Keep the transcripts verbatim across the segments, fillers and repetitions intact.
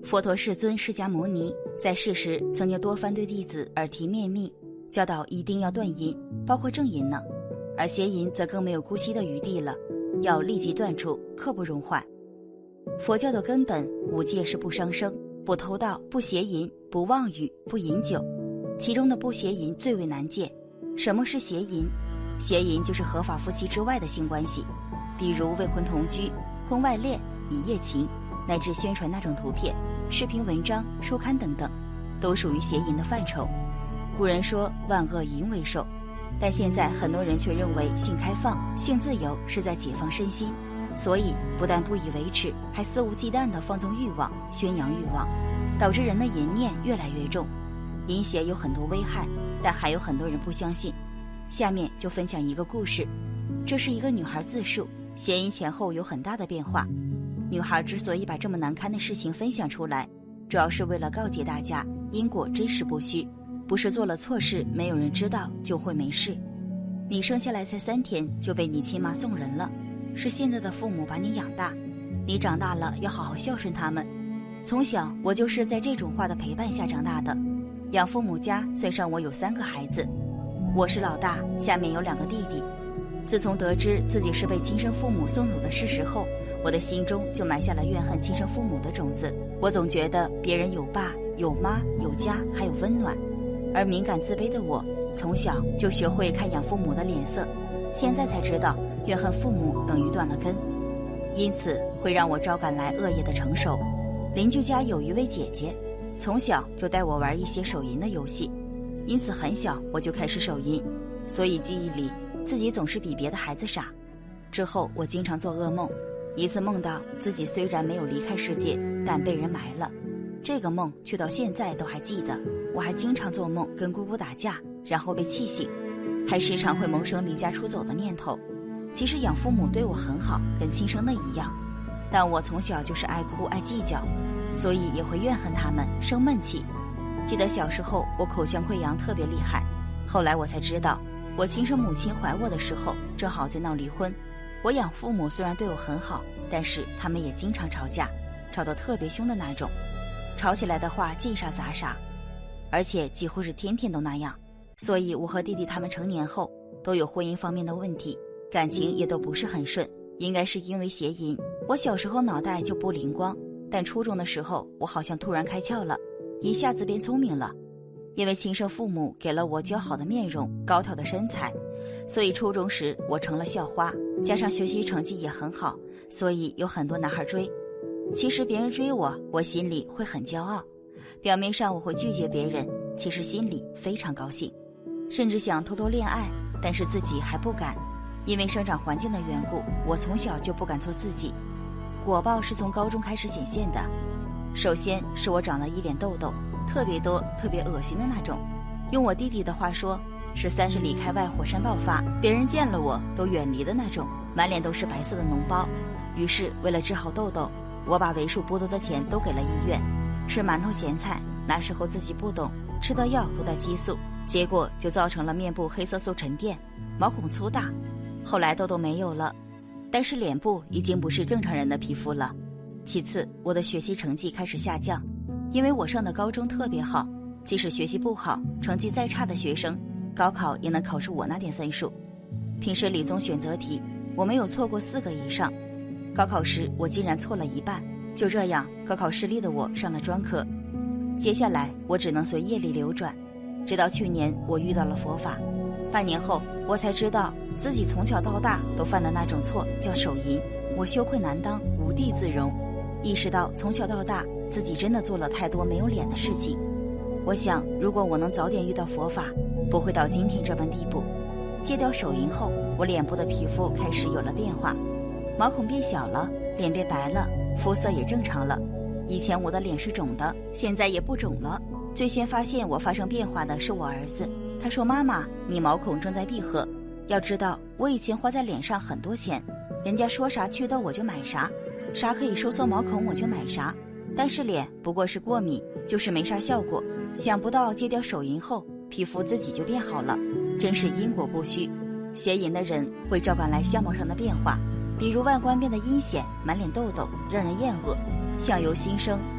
佛陀世尊释迦牟尼在世时曾经多番对弟子耳提面命，教导一定要断淫，包括正淫呢。而邪淫则更没有姑息的余地了，要立即断除，刻不容缓。佛教的根本五戒是不伤生、不偷盗、不邪淫、不妄语、不饮酒，其中的不邪淫最为难戒。什么是邪淫？邪淫就是合法夫妻之外的性关系，比如未婚同居、婚外恋、一夜情，乃至宣传那种图片、视频文章、书刊等等，都属于邪淫的范畴。古人说万恶淫为首，但现在很多人却认为性开放、性自由是在解放身心，所以不但不以为耻，还肆无忌惮地放纵欲望、宣扬欲望，导致人的淫念越来越重。淫邪有很多危害，但还有很多人不相信。下面就分享一个故事，这是一个女孩自述，邪淫前后有很大的变化。女孩之所以把这么难堪的事情分享出来，主要是为了告诫大家因果真实不虚，不是做了错事没有人知道就会没事。你生下来才三天就被你亲妈送人了，是现在的父母把你养大，你长大了要好好孝顺他们。从小我就是在这种话的陪伴下长大的，养父母家算上我有三个孩子，我是老大，下面有两个弟弟。自从得知自己是被亲生父母送乳的事实后，我的心中就埋下了怨恨亲生父母的种子。我总觉得别人有爸有妈有家还有温暖，而敏感自卑的我从小就学会看养父母的脸色，现在才知道怨恨父母等于断了根，因此会让我招赶来恶业的成熟。邻居家有一位姐姐，从小就带我玩一些手淫的游戏，因此很小我就开始手淫，所以记忆里自己总是比别的孩子傻。之后我经常做噩梦，一次梦到自己虽然没有离开世界，但被人埋了，这个梦却到现在都还记得。我还经常做梦跟姑姑打架，然后被气醒，还时常会萌生离家出走的念头。其实养父母对我很好，跟亲生的一样，但我从小就是爱哭爱计较，所以也会怨恨他们，生闷气。记得小时候我口腔溃疡特别厉害，后来我才知道，我亲生母亲怀我的时候正好在闹离婚。我养父母虽然对我很好，但是他们也经常吵架，吵得特别凶的那种，吵起来的话见啥砸啥，而且几乎是天天都那样。所以我和弟弟他们成年后都有婚姻方面的问题，感情也都不是很顺，应该是因为邪淫。我小时候脑袋就不灵光，但初中的时候我好像突然开窍了，一下子变聪明了。因为亲生父母给了我姣好的面容、高挑的身材，所以初中时我成了校花，加上学习成绩也很好，所以有很多男孩追。其实别人追我，我心里会很骄傲，表面上我会拒绝别人，其实心里非常高兴，甚至想偷偷恋爱，但是自己还不敢。因为生长环境的缘故，我从小就不敢做自己。果报是从高中开始显现的，首先是我长了一脸痘痘，特别多特别恶心的那种，用我弟弟的话说是三十里开外火山爆发，别人见了我都远离的那种，满脸都是白色的脓包。于是为了治好痘痘，我把为数不多的钱都给了医院，吃馒头咸菜，那时候自己不懂，吃的药都带激素，结果就造成了面部黑色素沉淀，毛孔粗大。后来痘痘没有了，但是脸部已经不是正常人的皮肤了。其次，我的学习成绩开始下降，因为我上的高中特别好，即使学习不好，成绩再差的学生，高考也能考出我那点分数。平时理综选择题，我没有错过四个以上，高考时我竟然错了一半。就这样，高考失利的我上了专科。接下来我只能随业力流转，直到去年我遇到了佛法。半年后，我才知道自己从小到大都犯的那种错叫手淫，我羞愧难当，无地自容，意识到从小到大自己真的做了太多没有脸的事情。我想，如果我能早点遇到佛法，不会到今天这般地步。戒掉手淫后，我脸部的皮肤开始有了变化，毛孔变小了，脸变白了，肤色也正常了。以前我的脸是肿的，现在也不肿了。最先发现我发生变化的是我儿子，他说：“妈妈，你毛孔正在闭合。”要知道，我以前花在脸上很多钱，人家说啥祛痘我就买啥，啥可以收缩毛孔我就买啥。但是脸不过是过敏，就是没啥效果。想不到戒掉手淫后，皮肤自己就变好了，真是因果不虚。邪淫的人会招赶来相貌上的变化，比如外观变得阴险，满脸痘痘，让人厌恶；相由心生，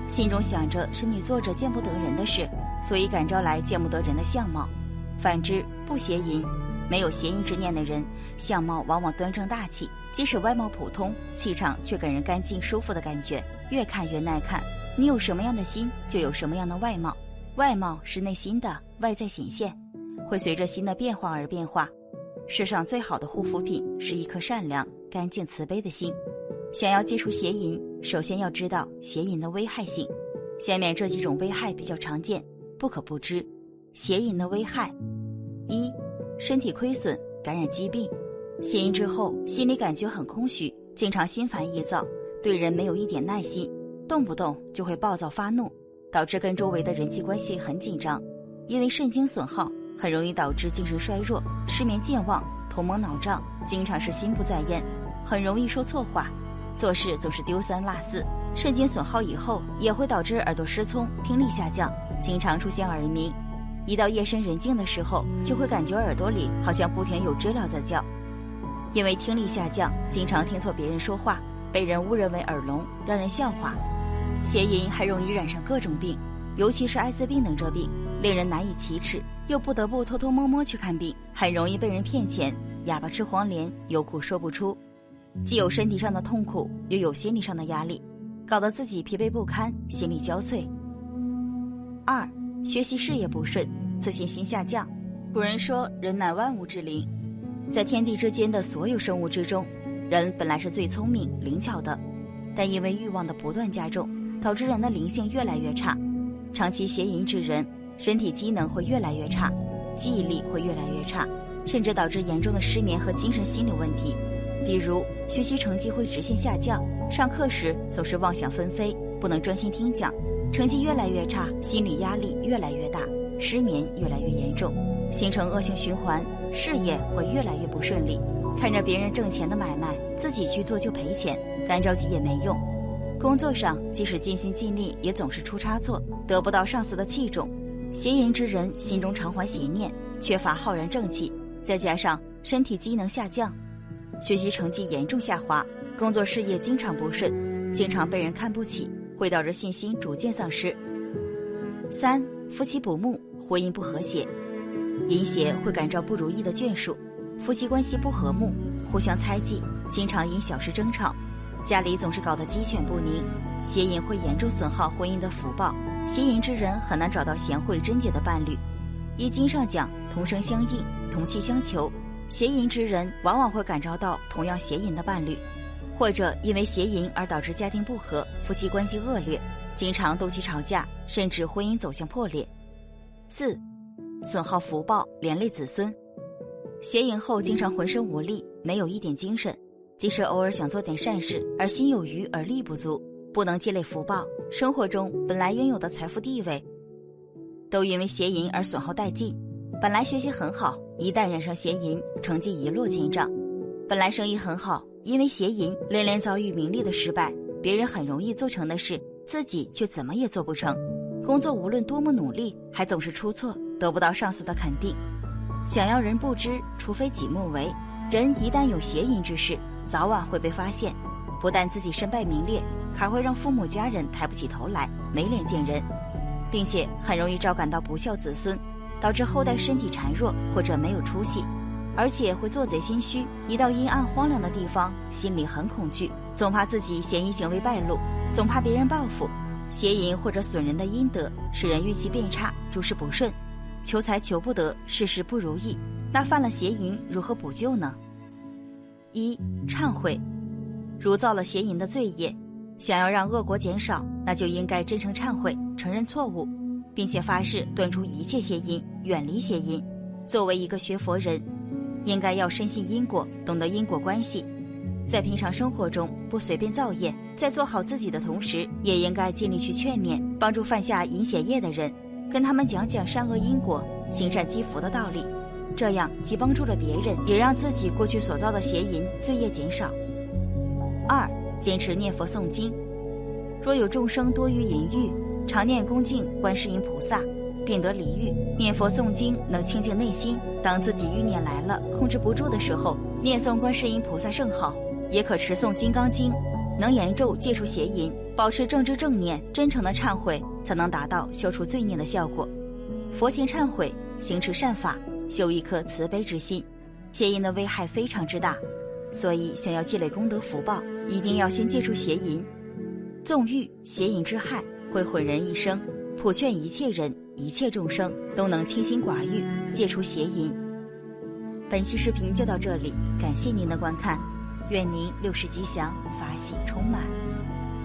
心中想着身体做着见不得人的事，所以感召来见不得人的相貌。反之，不邪淫，没有邪淫之念的人，相貌往往端正大气，即使外貌普通，气场却给人干净舒服的感觉，越看越耐看。你有什么样的心，就有什么样的外貌。外貌是内心的外在显现，会随着心的变化而变化。世上最好的护肤品是一颗善良、干净、慈悲的心。想要戒除邪淫，首先要知道邪淫的危害性。下面这几种危害比较常见，不可不知。邪淫的危害：一、身体亏损，感染疾病。邪淫之后，心里感觉很空虚，经常心烦意躁，对人没有一点耐心，动不动就会暴躁发怒，导致跟周围的人际关系很紧张。因为肾精损耗，很容易导致精神衰弱、失眠健忘、头蒙脑胀，经常是心不在焉，很容易说错话，做事总是丢三落四。肾精损耗以后，也会导致耳朵失聪、听力下降，经常出现耳鸣。一到夜深人静的时候，就会感觉耳朵里好像不停有知了在叫。因为听力下降，经常听错别人说话，被人误认为耳聋，让人笑话。邪淫还容易染上各种病，尤其是艾滋病等这病，令人难以启齿，又不得不偷偷摸摸去看病，很容易被人骗钱，哑巴吃黄连，有苦说不出。既有身体上的痛苦，又有心理上的压力，搞得自己疲惫不堪，心力交瘁。二、学习事业不顺，自信心下降。古人说，人乃万物之灵，在天地之间的所有生物之中，人本来是最聪明灵巧的，但因为欲望的不断加重，导致人的灵性越来越差。长期邪淫之人，身体机能会越来越差，记忆力会越来越差，甚至导致严重的失眠和精神心理问题。比如学习成绩会直线下降，上课时总是妄想纷飞，不能专心听讲，成绩越来越差，心理压力越来越大，失眠越来越严重，形成恶性循环，事业会越来越不顺利。看着别人挣钱的买卖，自己去做就赔钱，干着急也没用。工作上即使尽心尽力，也总是出差错，得不到上司的器重。邪淫之人心中常怀邪念，缺乏浩然正气，再加上身体机能下降，学习成绩严重下滑，工作事业经常不顺，经常被人看不起，会导致信心逐渐丧失。三、夫妻不睦，婚姻不和谐。淫邪会感召不如意的眷属，夫妻关系不和睦，互相猜忌，经常因小事争吵，家里总是搞得鸡犬不宁。邪淫会严重损耗婚姻的福报，邪淫之人很难找到贤惠贞洁的伴侣。易经上讲，同声相应，同气相求，邪淫之人往往会感召到同样邪淫的伴侣，或者因为邪淫而导致家庭不和，夫妻关系恶劣，经常斗气吵架，甚至婚姻走向破裂。四、损耗福报，连累子孙。邪淫后经常浑身无力，没有一点精神，即使偶尔想做点善事，而心有余而力不足，不能积累福报，生活中本来应有的财富地位都因为邪淫而损耗殆尽。本来学习很好，一旦染上邪淫，成绩一落千丈。本来生意很好，因为邪淫连连遭遇名利的失败，别人很容易做成的事，自己却怎么也做不成。工作无论多么努力，还总是出错，得不到上司的肯定。想要人不知，除非己莫为。人一旦有邪淫之事，早晚会被发现，不但自己身败名裂，还会让父母家人抬不起头来，没脸见人，并且很容易招感到不孝子孙，导致后代身体孱弱或者没有出息，而且会做贼心虚，一到阴暗荒凉的地方，心里很恐惧，总怕自己嫌疑行为败露，总怕别人报复。邪淫或者损人的阴德，使人运气变差，诸事不顺，求财求不得，事事不如意。那犯了邪淫如何补救呢？一、忏悔。如造了邪淫的罪业，想要让恶果减少，那就应该真诚忏悔，承认错误，并且发誓断除一切邪淫，远离邪淫。作为一个学佛人，应该要深信因果，懂得因果关系，在平常生活中不随便造业，在做好自己的同时，也应该尽力去劝勉帮助犯下淫邪业的人，跟他们讲讲善恶因果，行善积福的道理，这样既帮助了别人，也让自己过去所造的邪淫罪业减少。二、坚持念佛诵经。若有众生多于淫欲，常念恭敬观世音菩萨，便得离欲。念佛诵经能清净内心，当自己欲念来了控制不住的时候，念诵观世音菩萨圣号，也可持诵金刚经，能严咒戒除邪淫， 保持正知正念，真诚的忏悔，才能达到消除罪孽的效果。佛前忏悔，行持善法，修一颗慈悲之心。邪淫的危害非常之大，所以想要积累功德福报，一定要先戒除邪淫。纵欲邪淫之害会毁人一生，普劝一切人一切众生都能清心寡欲，戒除邪淫。本期视频就到这里，感谢您的观看，愿您六世吉祥，法喜充满。